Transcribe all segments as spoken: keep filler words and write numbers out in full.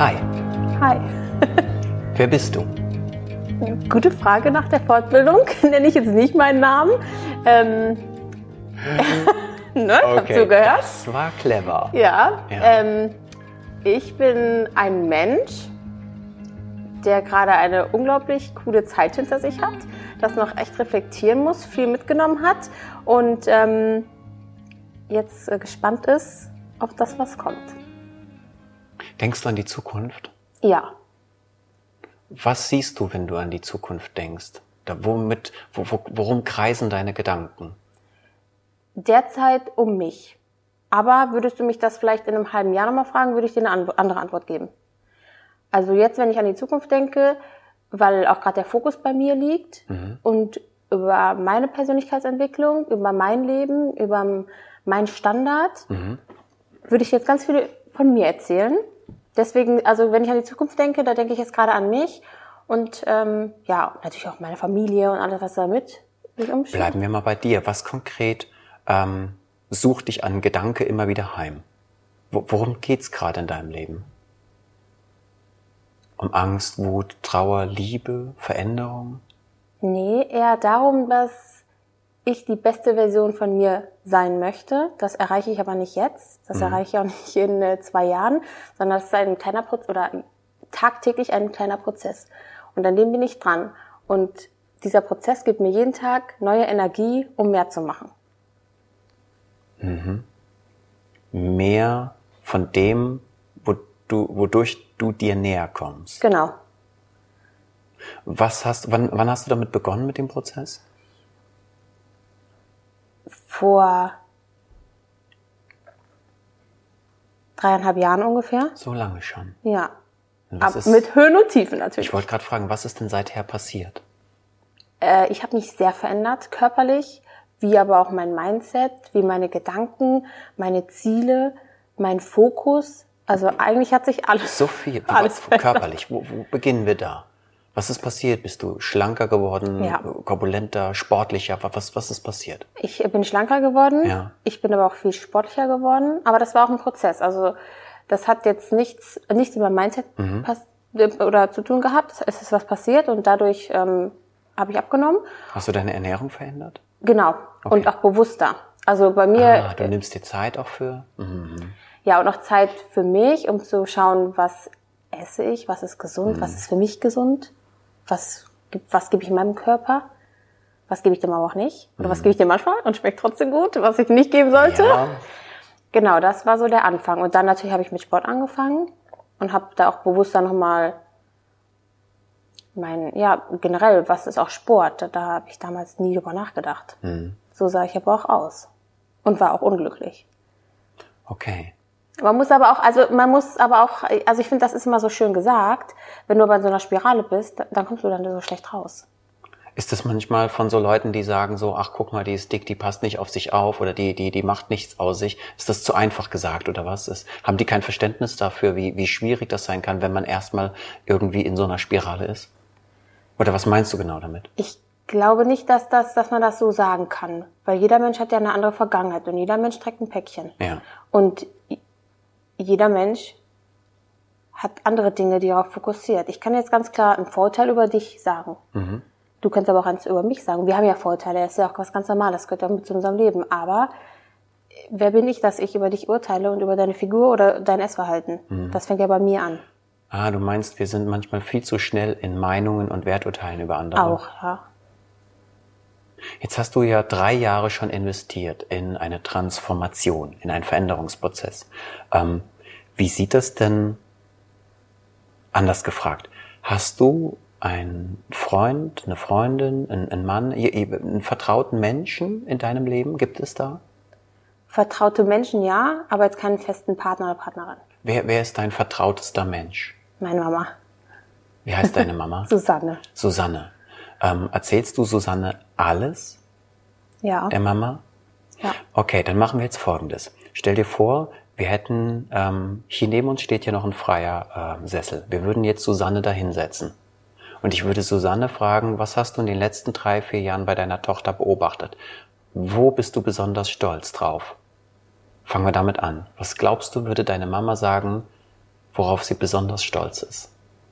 Hi. Hi. Wer bist du? Gute Frage nach der Fortbildung. Nenne ich jetzt nicht meinen Namen. Ähm, ne? Okay, Habt ihr gehört? das war clever. Ja. Ja. Ähm, ich bin ein Mensch, der gerade eine unglaublich coole Zeit hinter sich hat, das noch echt reflektieren muss, viel mitgenommen hat und ähm, jetzt äh, gespannt ist auf das, was kommt. Denkst du an die Zukunft? Ja. Was siehst du, wenn du an die Zukunft denkst? Da, womit, wo, wo, worum kreisen deine Gedanken? Derzeit um mich. Aber würdest du mich das vielleicht in einem halben Jahr nochmal fragen, würde ich dir eine andere Antwort geben. Also jetzt, wenn ich an die Zukunft denke, weil auch gerade der Fokus bei mir liegt mhm. und über meine Persönlichkeitsentwicklung, über mein Leben, über meinen Standard, mhm. würde ich jetzt ganz viel von mir erzählen. Deswegen, also wenn ich an die Zukunft denke, da denke ich jetzt gerade an mich und ähm, ja, natürlich auch meine Familie und alles, was damit mich umschließt. Bleiben wir mal bei dir. Was konkret ähm, sucht dich an Gedanke immer wieder heim? Wo, worum geht's gerade in deinem Leben? Um Angst, Wut, Trauer, Liebe, Veränderung? Nee, eher darum, dass ich die beste Version von mir sein möchte. Das erreiche ich aber nicht jetzt. Das mhm. erreiche ich auch nicht in äh, zwei Jahren, sondern das ist ein kleiner Prozess oder tagtäglich ein kleiner Prozess. Und an dem bin ich dran. Und dieser Prozess gibt mir jeden Tag neue Energie, um mehr zu machen. Mhm. Mehr von dem, wo du, wodurch du dir näher kommst. Genau. Was hast, wann, wann hast du damit begonnen mit dem Prozess? Vor dreieinhalb Jahren ungefähr. So lange schon? Ja. Aber ist, mit Höhen und Tiefen natürlich. Ich wollte gerade fragen, was ist denn seither passiert? Äh, ich habe mich sehr verändert, körperlich, wie aber auch mein Mindset, wie meine Gedanken, meine Ziele, mein Fokus. Also eigentlich hat sich alles So viel, alles körperlich. Wo, wo beginnen wir da? Was ist passiert? Bist du schlanker geworden, ja. korpulenter, sportlicher? Was, was ist passiert? Ich bin schlanker geworden. Ja. Ich bin aber auch viel sportlicher geworden. Aber das war auch ein Prozess. Also das hat jetzt nichts, nichts mit meinem Mindset mhm. pass- oder zu tun gehabt. Es ist was passiert und dadurch ähm, habe ich abgenommen. Hast du deine Ernährung verändert? Genau. Okay. Und auch bewusster. Also bei mir. Ah, du nimmst dir Zeit auch für? Mhm. Ja, und auch Zeit für mich, um zu schauen, was esse ich, was ist gesund, mhm. was ist für mich gesund. Was, was gebe ich meinem Körper? Was gebe ich dem aber auch nicht? Oder mhm. was gebe ich dem manchmal und schmeckt trotzdem gut, was ich nicht geben sollte? Ja. Genau, das war so der Anfang. Und dann natürlich habe ich mit Sport angefangen und habe da auch bewusst dann nochmal mein, ja, generell, was ist auch Sport? Da habe ich damals nie drüber nachgedacht. Mhm. So sah ich aber auch aus. Und war auch unglücklich. Okay. Man muss aber auch, also man muss aber auch, also ich finde, das ist immer so schön gesagt, wenn du aber in so einer Spirale bist, dann kommst du dann so schlecht raus. Ist das manchmal von so Leuten, die sagen so, ach guck mal, die ist dick, die passt nicht auf sich auf oder die die die macht nichts aus sich, ist das zu einfach gesagt oder was? Ist, haben die kein Verständnis dafür, wie wie schwierig das sein kann, wenn man erstmal irgendwie in so einer Spirale ist? Oder was meinst du genau damit? Ich glaube nicht, dass das, dass man das so sagen kann, weil jeder Mensch hat ja eine andere Vergangenheit und jeder Mensch trägt ein Päckchen. Ja. Und jeder Mensch hat andere Dinge, die darauf fokussiert. Ich kann jetzt ganz klar einen Vorurteil über dich sagen. Mhm. Du kannst aber auch eins über mich sagen. Wir haben ja Vorurteile, das ist ja auch was ganz Normales, das gehört ja mit zu unserem Leben. Aber wer bin ich, dass ich über dich urteile und über deine Figur oder dein Essverhalten? Mhm. Das fängt ja bei mir an. Ah, du meinst, wir sind manchmal viel zu schnell in Meinungen und Werturteilen über andere. Auch, ja. Jetzt hast du ja drei Jahre schon investiert in eine Transformation, in einen Veränderungsprozess. Ähm, wie sieht das denn, anders gefragt, hast du einen Freund, eine Freundin, einen, einen Mann, einen vertrauten Menschen in deinem Leben? Gibt es da? Vertraute Menschen, ja, aber jetzt keinen festen Partner oder Partnerin. Wer, wer ist dein vertrautester Mensch? Meine Mama. Wie heißt deine Mama? Susanne. Susanne. Ähm, erzählst du Susanne alles? Ja. Der Mama? Ja. Okay, dann machen wir jetzt Folgendes. Stell dir vor, wir hätten, ähm, hier neben uns steht hier noch ein freier äh, Sessel. Wir würden jetzt Susanne da hinsetzen. Und ich würde Susanne fragen, was hast du in den letzten drei, vier Jahren bei deiner Tochter beobachtet? Wo bist du besonders stolz drauf? Fangen wir damit an. Was glaubst du, würde deine Mama sagen, worauf sie besonders stolz ist?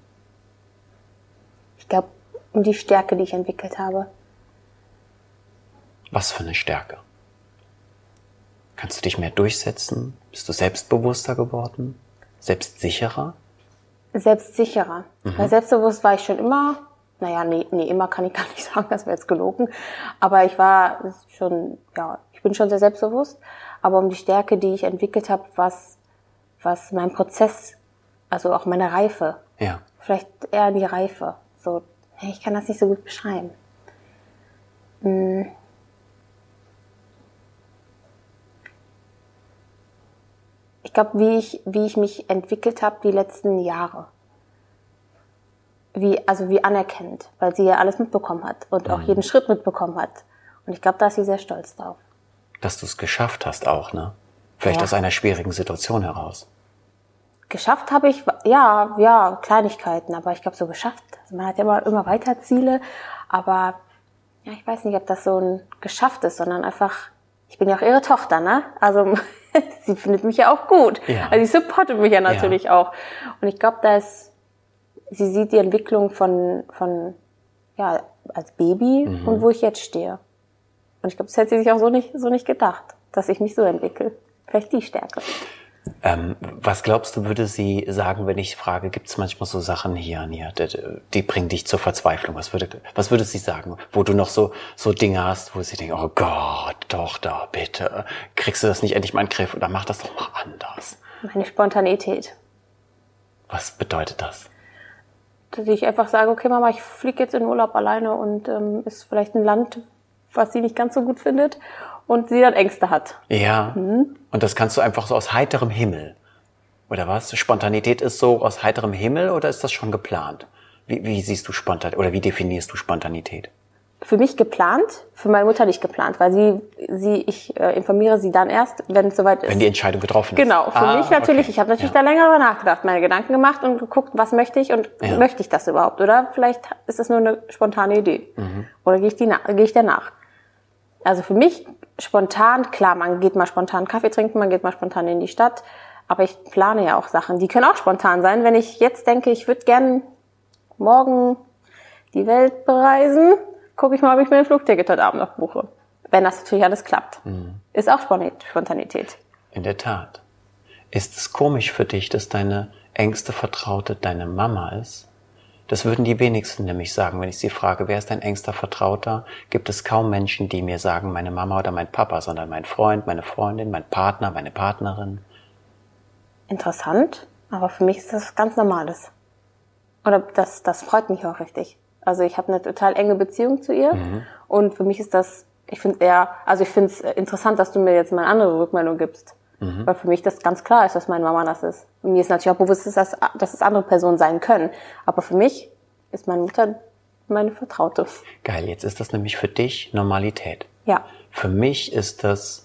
Ich glaube, um die Stärke, die ich entwickelt habe. Was für eine Stärke? Kannst du dich mehr durchsetzen? Bist du selbstbewusster geworden? Selbstsicherer? Selbstsicherer. Mhm. Weil selbstbewusst war ich schon immer. Naja, nee, nee, immer kann ich gar nicht sagen, das wäre jetzt gelogen. Aber ich war schon, ja, ich bin schon sehr selbstbewusst. Aber um die Stärke, die ich entwickelt habe, was, was mein Prozess, also auch meine Reife. Ja. Vielleicht eher die Reife. So, ich kann das nicht so gut beschreiben. Hm. Ich glaube, wie ich, wie ich mich entwickelt habe die letzten Jahre. Wie, also wie anerkennend, weil sie ja alles mitbekommen hat und auch mhm. jeden Schritt mitbekommen hat. Und ich glaube, da ist sie sehr stolz drauf. Dass du es geschafft hast auch, ne? Vielleicht ja. aus einer schwierigen Situation heraus. Geschafft habe ich, ja, ja, Kleinigkeiten, aber ich glaube, so geschafft. Also man hat ja immer, immer weiter Ziele, aber ja, ich weiß nicht, ob das so ein geschafft ist, sondern einfach, ich bin ja auch ihre Tochter, ne? Also sie findet mich ja auch gut. Ja. Also sie supportet mich ja natürlich ja. auch. Und ich glaube, da ist, sie sieht die Entwicklung von, von, ja, als Baby mhm. und wo ich jetzt stehe. Und ich glaube, das hätte sie sich auch so nicht, so nicht gedacht, dass ich mich so entwickle. Vielleicht die Stärke. Ähm, was glaubst du, würde sie sagen, wenn ich frage, gibt es manchmal so Sachen hier, Anja, die, die bringen dich zur Verzweiflung? Was würde, was würde sie sagen, wo du noch so, so Dinge hast, wo sie denkt, oh Gott, Tochter, bitte, kriegst du das nicht endlich mal in den Griff oder mach das doch mal anders? Meine Spontanität. Was bedeutet das? Dass ich einfach sage, okay Mama, ich fliege jetzt in Urlaub alleine und ähm, ist vielleicht ein Land, was sie nicht ganz so gut findet und sie dann Ängste hat. Ja, mhm. Und das kannst du einfach so aus heiterem Himmel, oder was? Spontanität ist so aus heiterem Himmel oder ist das schon geplant? Wie, wie siehst du Spontanität oder wie definierst du Spontanität? Für mich geplant, für meine Mutter nicht geplant, weil sie, sie ich äh, informiere sie dann erst, wenn es soweit ist. Wenn die Entscheidung getroffen ist. Genau, für ah, mich natürlich. Okay. Ich habe natürlich ja. da länger darüber nachgedacht, meine Gedanken gemacht und geguckt, was möchte ich und ja. möchte ich das überhaupt? Oder vielleicht ist es nur eine spontane Idee. Mhm. Oder gehe ich, die nach, gehe ich der nach? Also für mich spontan, klar, man geht mal spontan Kaffee trinken, man geht mal spontan in die Stadt, aber ich plane ja auch Sachen, die können auch spontan sein. Wenn ich jetzt denke, ich würde gern morgen die Welt bereisen, gucke ich mal, ob ich mir ein Flugticket heute Abend noch buche. Wenn das natürlich alles klappt. Mhm. Ist auch Spontanität. In der Tat. Ist es komisch für dich, dass deine engste Vertraute deine Mama ist? Das würden die wenigsten nämlich sagen, wenn ich sie frage, wer ist dein engster Vertrauter? Gibt es kaum Menschen, die mir sagen, meine Mama oder mein Papa, sondern mein Freund, meine Freundin, mein Partner, meine Partnerin. Interessant, aber für mich ist das ganz Normales. Oder das, das freut mich auch richtig. Also ich habe eine total enge Beziehung zu ihr mhm. und für mich ist das, ich finde eher, also ich finde es interessant, dass du mir jetzt mal eine andere Rückmeldung gibst, mhm. weil für mich das ganz klar ist, dass meine Mama das ist. Und mir ist natürlich auch bewusst, dass, das, dass es andere Personen sein können, aber für mich ist meine Mutter meine Vertraute. Geil, jetzt ist das nämlich für dich Normalität. Ja. Für mich ist das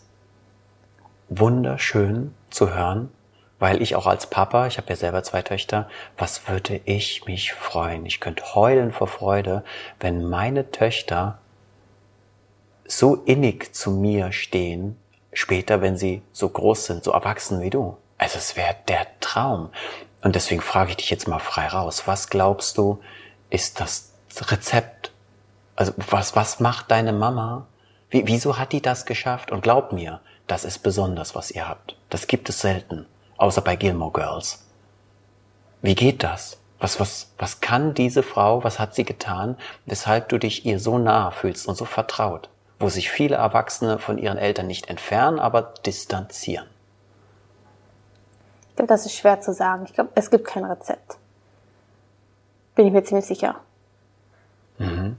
wunderschön zu hören, weil ich auch als Papa, ich habe ja selber zwei Töchter, was würde ich mich freuen? Ich könnte heulen vor Freude, wenn meine Töchter so innig zu mir stehen, später, wenn sie so groß sind, so erwachsen wie du. Also es wäre der Traum. Und deswegen frage ich dich jetzt mal frei raus. Was glaubst du, ist das Rezept? Also was, was macht deine Mama? Wie, wieso hat die das geschafft? Und glaub mir, das ist besonders, was ihr habt. Das gibt es selten. Außer bei Gilmore Girls. Wie geht das? Was, was, was kann diese Frau, was hat sie getan, weshalb du dich ihr so nah fühlst und so vertraut, wo sich viele Erwachsene von ihren Eltern nicht entfernen, aber distanzieren? Ich glaube, das ist schwer zu sagen. Ich glaube, es gibt kein Rezept. Bin ich mir ziemlich sicher. Mhm.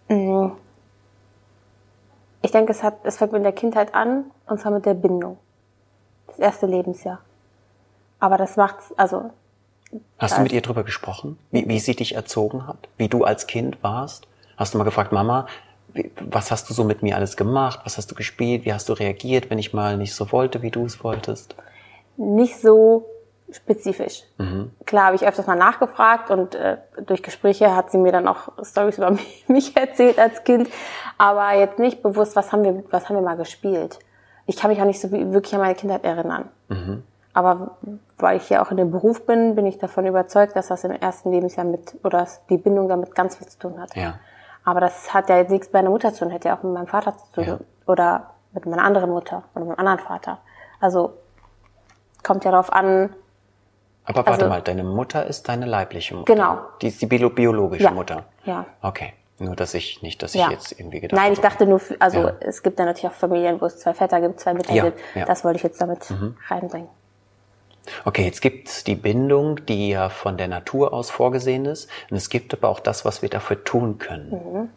Ich denke, es hat, es fängt mit der Kindheit an, und zwar mit der Bindung. Das erste Lebensjahr. Aber das macht's, also... Hast du mit ihr drüber gesprochen? Wie, wie sie dich erzogen hat? Wie du als Kind warst? Hast du mal gefragt, Mama, wie, was hast du so mit mir alles gemacht? Was hast du gespielt? Wie hast du reagiert, wenn ich mal nicht so wollte, wie du es wolltest? Nicht so spezifisch. Mhm. Klar habe ich öfters mal nachgefragt und äh, durch Gespräche hat sie mir dann auch Storys über mich, mich erzählt als Kind. Aber jetzt nicht bewusst, was haben wir, was haben wir mal gespielt. Ich kann mich auch nicht so wirklich an meine Kindheit erinnern. Mhm. Aber weil ich ja auch in dem Beruf bin, bin ich davon überzeugt, dass das im ersten Lebensjahr mit, oder die Bindung damit ganz viel zu tun hat. Ja. Aber das hat ja jetzt nichts mit meiner Mutter zu tun, hätte ja auch mit meinem Vater zu tun. Ja. Oder mit meiner anderen Mutter oder mit meinem anderen Vater. Also kommt ja darauf an. Aber warte also, mal, deine Mutter ist deine leibliche Mutter. Genau. Die ist die bio- biologische ja. Mutter. Ja. Okay. Nur, dass ich nicht, dass ich ja. jetzt irgendwie gedacht Nein, ich habe, dachte nur, also ja. es gibt ja natürlich auch Familien, wo es zwei Väter gibt, zwei Mütter Ja, gibt. ja. Das wollte ich jetzt damit mhm. reinbringen. Okay, jetzt gibt's die Bindung, die ja von der Natur aus vorgesehen ist. Und es gibt aber auch das, was wir dafür tun können. Mhm.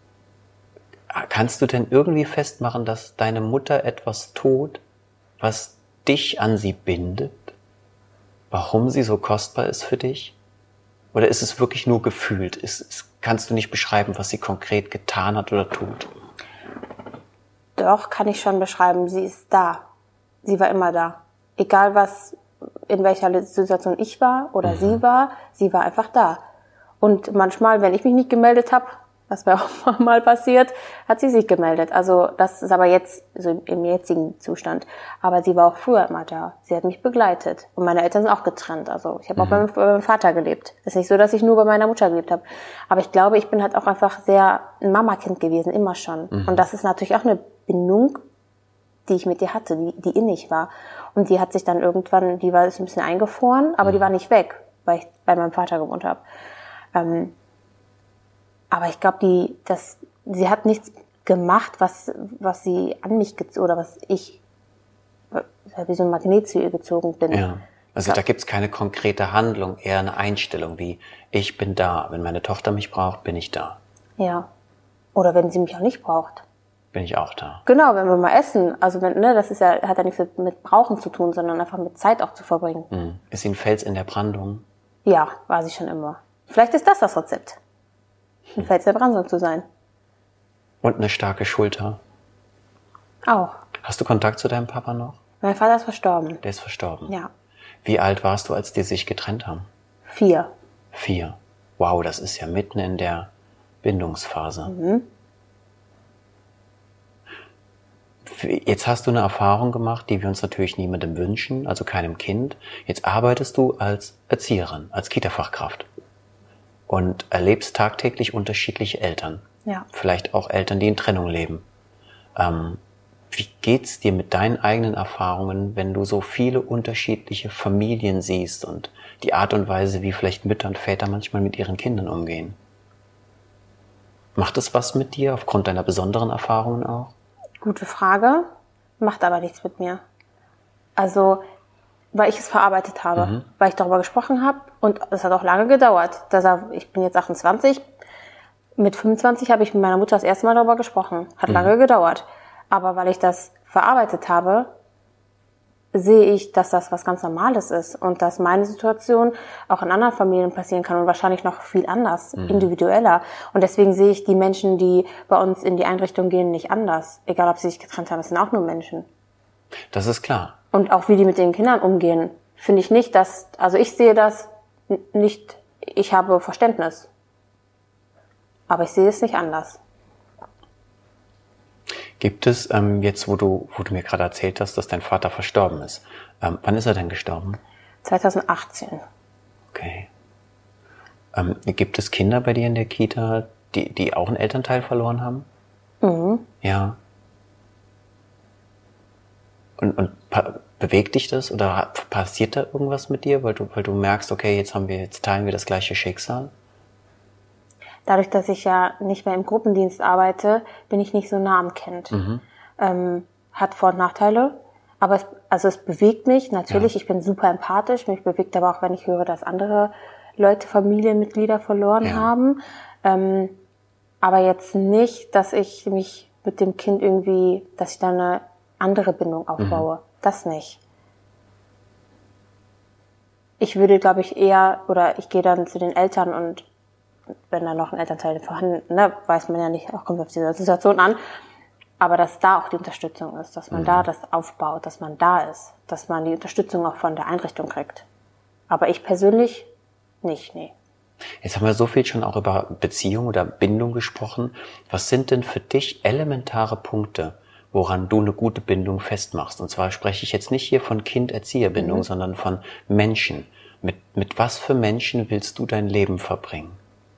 Kannst du denn irgendwie festmachen, dass deine Mutter etwas tut, was dich an sie bindet? Warum sie so kostbar ist für dich? Oder ist es wirklich nur gefühlt? Ist, ist, kannst du nicht beschreiben, was sie konkret getan hat oder tut? Doch, kann ich schon beschreiben. Sie ist da. Sie war immer da. Egal was, in welcher Situation ich war oder mhm. sie war, sie war einfach da. Und manchmal, wenn ich mich nicht gemeldet habe, was mir auch mal passiert, hat sie sich gemeldet. Also das ist aber jetzt so im jetzigen Zustand. Aber sie war auch früher immer da. Sie hat mich begleitet. Und meine Eltern sind auch getrennt. Also ich habe mhm. auch bei meinem, bei meinem Vater gelebt. Es ist nicht so, dass ich nur bei meiner Mutter gelebt habe. Aber ich glaube, ich bin halt auch einfach sehr ein Mamakind gewesen, immer schon. Mhm. Und das ist natürlich auch eine Bindung, die ich mit ihr hatte, die, die innig war. Und die hat sich dann irgendwann, die war ein bisschen eingefroren, aber mhm. die war nicht weg, weil ich bei meinem Vater gewohnt habe. Ähm, Aber ich glaube, die, das, sie hat nichts gemacht, was, was sie an mich gezogen, oder was ich, wie so ein Magnet zu ihr gezogen bin. Ja. Also da gibt's keine konkrete Handlung, eher eine Einstellung wie, ich bin da. Wenn meine Tochter mich braucht, bin ich da. Ja. Oder wenn sie mich auch nicht braucht. Bin ich auch da. Genau, wenn wir mal essen. Also wenn, ne, das ist ja, hat ja nichts mit, mit Brauchen zu tun, sondern einfach mit Zeit auch zu verbringen. Mhm. Ist sie ein Fels in der Brandung? Ja, war sie schon immer. Vielleicht ist das das Rezept. Ein Fels der Brandung zu sein. Und eine starke Schulter. Auch. Hast du Kontakt zu deinem Papa noch? Mein Vater ist verstorben. Der ist verstorben? Ja. Wie alt warst du, als die sich getrennt haben? Vier. Vier. Wow, das ist ja mitten in der Bindungsphase. Mhm. Jetzt hast du eine Erfahrung gemacht, die wir uns natürlich niemandem wünschen, also keinem Kind. Jetzt arbeitest du als Erzieherin, als Kita-Fachkraft. Und erlebst tagtäglich unterschiedliche Eltern. Ja. Vielleicht auch Eltern, die in Trennung leben. Ähm, wie geht's dir mit deinen eigenen Erfahrungen, wenn du so viele unterschiedliche Familien siehst und die Art und Weise, wie vielleicht Mütter und Väter manchmal mit ihren Kindern umgehen? Macht es was mit dir aufgrund deiner besonderen Erfahrungen auch? Gute Frage. Macht aber nichts mit mir. Also, weil ich es verarbeitet habe, mhm. weil ich darüber gesprochen habe und es hat auch lange gedauert. Ich bin jetzt achtundzwanzig, mit fünfundzwanzig habe ich mit meiner Mutter das erste Mal darüber gesprochen. Hat mhm. lange gedauert. Aber weil ich das verarbeitet habe, sehe ich, dass das was ganz Normales ist und dass meine Situation auch in anderen Familien passieren kann und wahrscheinlich noch viel anders, mhm. individueller. Und deswegen sehe ich die Menschen, die bei uns in die Einrichtung gehen, nicht anders. Egal, ob sie sich getrennt haben, es sind auch nur Menschen. Das ist klar. Und auch wie die mit den Kindern umgehen, finde ich nicht, dass, also ich sehe das nicht, ich habe Verständnis. Aber ich sehe es nicht anders. Gibt es ähm, jetzt, wo du, wo du mir gerade erzählt hast, dass dein Vater verstorben ist, ähm, wann ist er denn gestorben? zwanzig achtzehn. Okay. Ähm, gibt es Kinder bei dir in der Kita, die, die auch einen Elternteil verloren haben? Mhm. Ja. Und, und bewegt dich das oder passiert da irgendwas mit dir, weil du, weil du merkst, okay, jetzt haben wir, jetzt teilen wir das gleiche Schicksal? Dadurch, dass ich ja nicht mehr im Gruppendienst arbeite, bin ich nicht so nah am Kind. Mhm. Ähm, hat Vor- und Nachteile, aber es, also es bewegt mich natürlich. Ja. Ich bin super empathisch. Mich bewegt aber auch, wenn ich höre, dass andere Leute Familienmitglieder verloren ja. haben. Ähm, aber jetzt nicht, dass ich mich mit dem Kind irgendwie, dass ich da eine andere Bindung aufbaue. Mhm. Das nicht. Ich würde, glaube ich, eher, oder ich gehe dann zu den Eltern und wenn da noch ein Elternteil vorhanden, ne, weiß man ja nicht, auch kommt auf diese Situation an, aber dass da auch die Unterstützung ist, dass man mhm. da das aufbaut, dass man da ist, dass man die Unterstützung auch von der Einrichtung kriegt. Aber ich persönlich nicht, nee. Jetzt haben wir so viel schon auch über Beziehung oder Bindung gesprochen. Was sind denn für dich elementare Punkte, woran du eine gute Bindung festmachst. Und zwar spreche ich jetzt nicht hier von Kind-Erzieher-Bindung, mhm. sondern von Menschen. Mit, mit was für Menschen willst du dein Leben verbringen?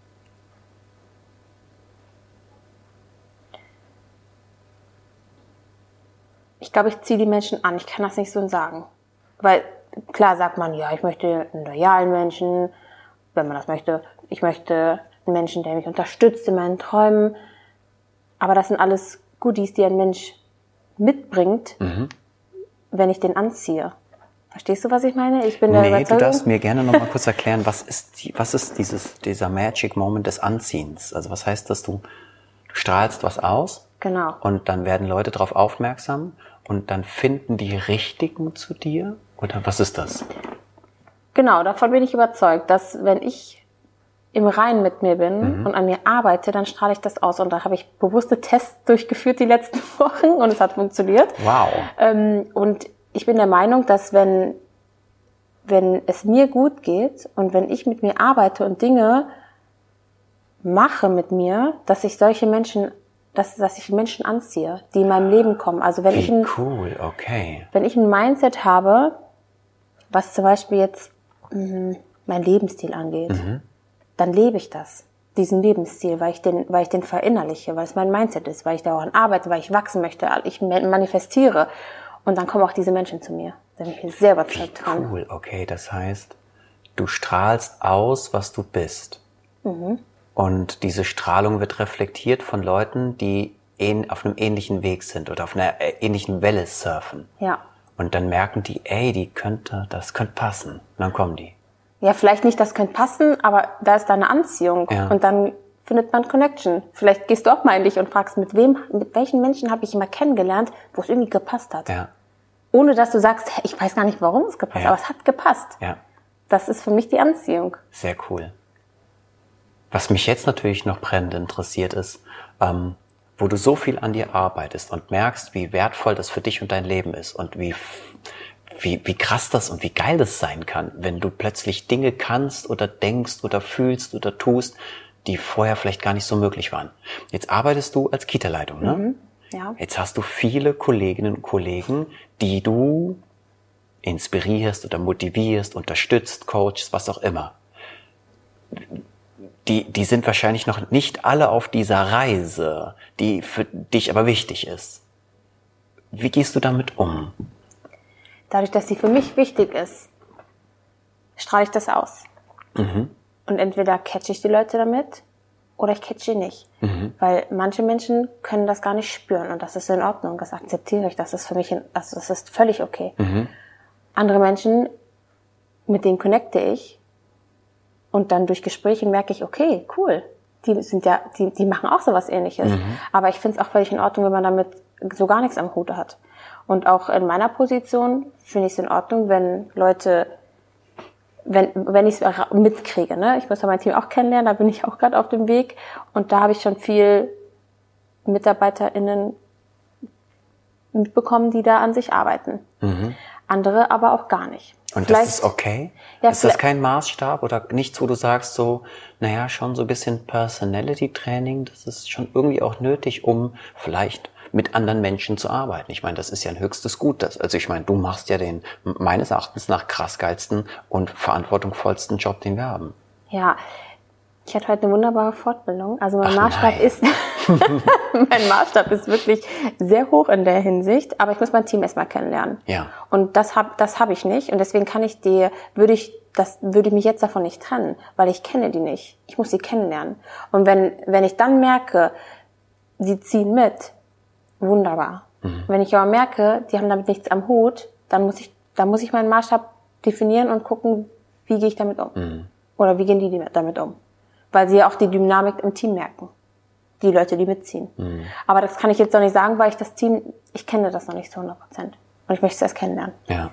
Ich glaube, ich ziehe die Menschen an. Ich kann das nicht so sagen. Weil, klar sagt man, ja, ich möchte einen loyalen Menschen, wenn man das möchte. Ich möchte einen Menschen, der mich unterstützt in meinen Träumen. Aber das sind alles Goodies, die ein Mensch mitbringt, mhm. wenn ich den anziehe. Verstehst du, was ich meine? Ich bin der Nee, Überzeugung. Du darfst mir gerne noch mal kurz erklären, was ist, die, was ist dieses, dieser Magic Moment des Anziehens? Also was heißt, dass du, du strahlst was aus? Genau. Und dann werden Leute darauf aufmerksam und dann finden die Richtigen zu dir? Oder was ist das? Genau, davon bin ich überzeugt, dass wenn ich im Reinen mit mir bin mhm. und an mir arbeite, dann strahle ich das aus. Und da habe ich bewusste Tests durchgeführt die letzten Wochen und es hat funktioniert. Wow. Ähm, und ich bin der Meinung, dass wenn, wenn es mir gut geht und wenn ich mit mir arbeite und Dinge mache mit mir, dass ich solche Menschen, dass, dass ich Menschen anziehe, die in meinem Leben kommen. Also wenn Wie ich ein, cool, okay. Wenn ich ein Mindset habe, was zum Beispiel jetzt mh, mein Lebensstil angeht, mhm. dann lebe ich das, diesen Lebensstil, weil ich den, weil ich den verinnerliche, weil es mein Mindset ist, weil ich daran arbeite, weil ich wachsen möchte, ich manifestiere. Und dann kommen auch diese Menschen zu mir. Da bin ich mir sehr überzeugt von. Cool, okay, das heißt, du strahlst aus, was du bist. Mhm. Und diese Strahlung wird reflektiert von Leuten, die auf einem ähnlichen Weg sind oder auf einer ähnlichen Welle surfen. Ja. Und dann merken die, ey, die könnte, das könnte passen. Und dann kommen die. Ja, vielleicht nicht, das könnte passen, aber da ist da eine Anziehung. Ja. Und dann findet man Connection. Vielleicht gehst du auch mal in dich und fragst, mit wem, mit welchen Menschen habe ich immer kennengelernt, wo es irgendwie gepasst hat. Ja. Ohne dass du sagst, ich weiß gar nicht, warum es gepasst hat, ja. aber es hat gepasst. Ja. Das ist für mich die Anziehung. Sehr cool. Was mich jetzt natürlich noch brennend interessiert ist, ähm, wo du so viel an dir arbeitest und merkst, wie wertvoll das für dich und dein Leben ist und wie Wie, wie krass das und wie geil das sein kann, wenn du plötzlich Dinge kannst oder denkst oder fühlst oder tust, die vorher vielleicht gar nicht so möglich waren. Jetzt arbeitest du als Kita-Leitung, ne? Mhm, ja. Jetzt hast du viele Kolleginnen und Kollegen, die du inspirierst oder motivierst, unterstützt, coachst, was auch immer. Die, die sind wahrscheinlich noch nicht alle auf dieser Reise, die für dich aber wichtig ist. Wie gehst du damit um? Dadurch, dass sie für mich wichtig ist, strahle ich das aus. Mhm. Und entweder catche ich die Leute damit oder ich catche sie nicht. Mhm. Weil manche Menschen können das gar nicht spüren und das ist in Ordnung, das akzeptiere ich, das ist für mich, in, also das ist völlig okay. Mhm. Andere Menschen, mit denen connecte ich und dann durch Gespräche merke ich, okay, cool, die sind ja, die, die machen auch sowas Ähnliches. Mhm. Aber ich finde es auch völlig in Ordnung, wenn man damit so gar nichts am Hut hat. Und auch in meiner Position finde ich es in Ordnung, wenn Leute, wenn wenn ich es mitkriege. Ne? Ich muss ja mein Team auch kennenlernen, da bin ich auch gerade auf dem Weg. Und da habe ich schon viel MitarbeiterInnen mitbekommen, die da an sich arbeiten. Mhm. Andere aber auch gar nicht. Und vielleicht, das ist okay? Ja, ist das kein Maßstab oder nichts, wo du sagst so, naja, schon so ein bisschen Personality-Training, das ist schon irgendwie auch nötig, um vielleicht mit anderen Menschen zu arbeiten. Ich meine, das ist ja ein höchstes Gut. Das, also ich meine, du machst ja den meines Erachtens nach krass geilsten und verantwortungsvollsten Job, den wir haben. Ja, ich hatte heute eine wunderbare Fortbildung. Also mein Ach, Maßstab nein. ist, mein Maßstab ist wirklich sehr hoch in der Hinsicht. Aber ich muss mein Team erstmal kennenlernen. Ja. Und das hab, das habe ich nicht. Und deswegen kann ich dir, würde ich, das würde ich mich jetzt davon nicht trennen, weil ich kenne die nicht. Ich muss sie kennenlernen. Und wenn, wenn ich dann merke, sie ziehen mit, wunderbar. Mhm. Wenn ich aber merke, die haben damit nichts am Hut, dann muss ich, dann muss ich meinen Maßstab definieren und gucken, wie gehe ich damit um. Mhm. Oder wie gehen die damit um. Weil sie ja auch die Dynamik im Team merken. Die Leute, die mitziehen. Mhm. Aber das kann ich jetzt noch nicht sagen, weil ich das Team, ich kenne das noch nicht zu hundert Prozent. Und ich möchte es erst kennenlernen. Ja.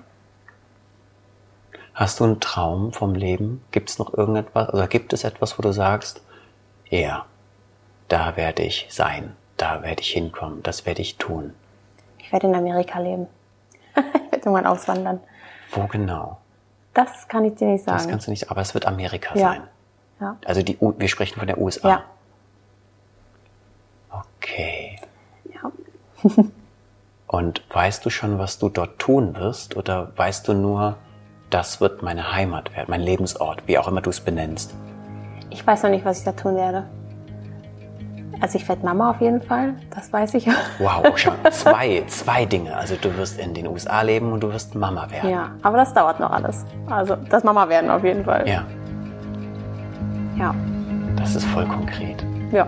Hast du einen Traum vom Leben? Gibt es noch irgendetwas, oder gibt es etwas, wo du sagst, ja, da werde ich sein. Da werde ich hinkommen, das werde ich tun. Ich werde in Amerika leben. Ich werde irgendwann auswandern. Wo genau? Das kann ich dir nicht sagen. Das kannst du nicht, aber es wird Amerika ja. sein. Ja. Also die, wir sprechen von der U S A. Ja. Okay. Ja. Und weißt du schon, was du dort tun wirst? Oder weißt du nur, das wird meine Heimat werden, mein Lebensort, wie auch immer du es benennst? Ich weiß noch nicht, was ich da tun werde. Also ich werde Mama auf jeden Fall, das weiß ich. Wow, schon zwei, zwei Dinge. Also du wirst in den U S A leben und du wirst Mama werden. Ja, aber das dauert noch alles. Also das Mama werden auf jeden Fall. Ja. Ja. Das ist voll konkret. Ja.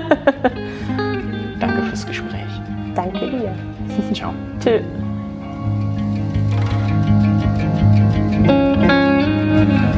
Danke fürs Gespräch. Danke dir. Ciao. Tschüss.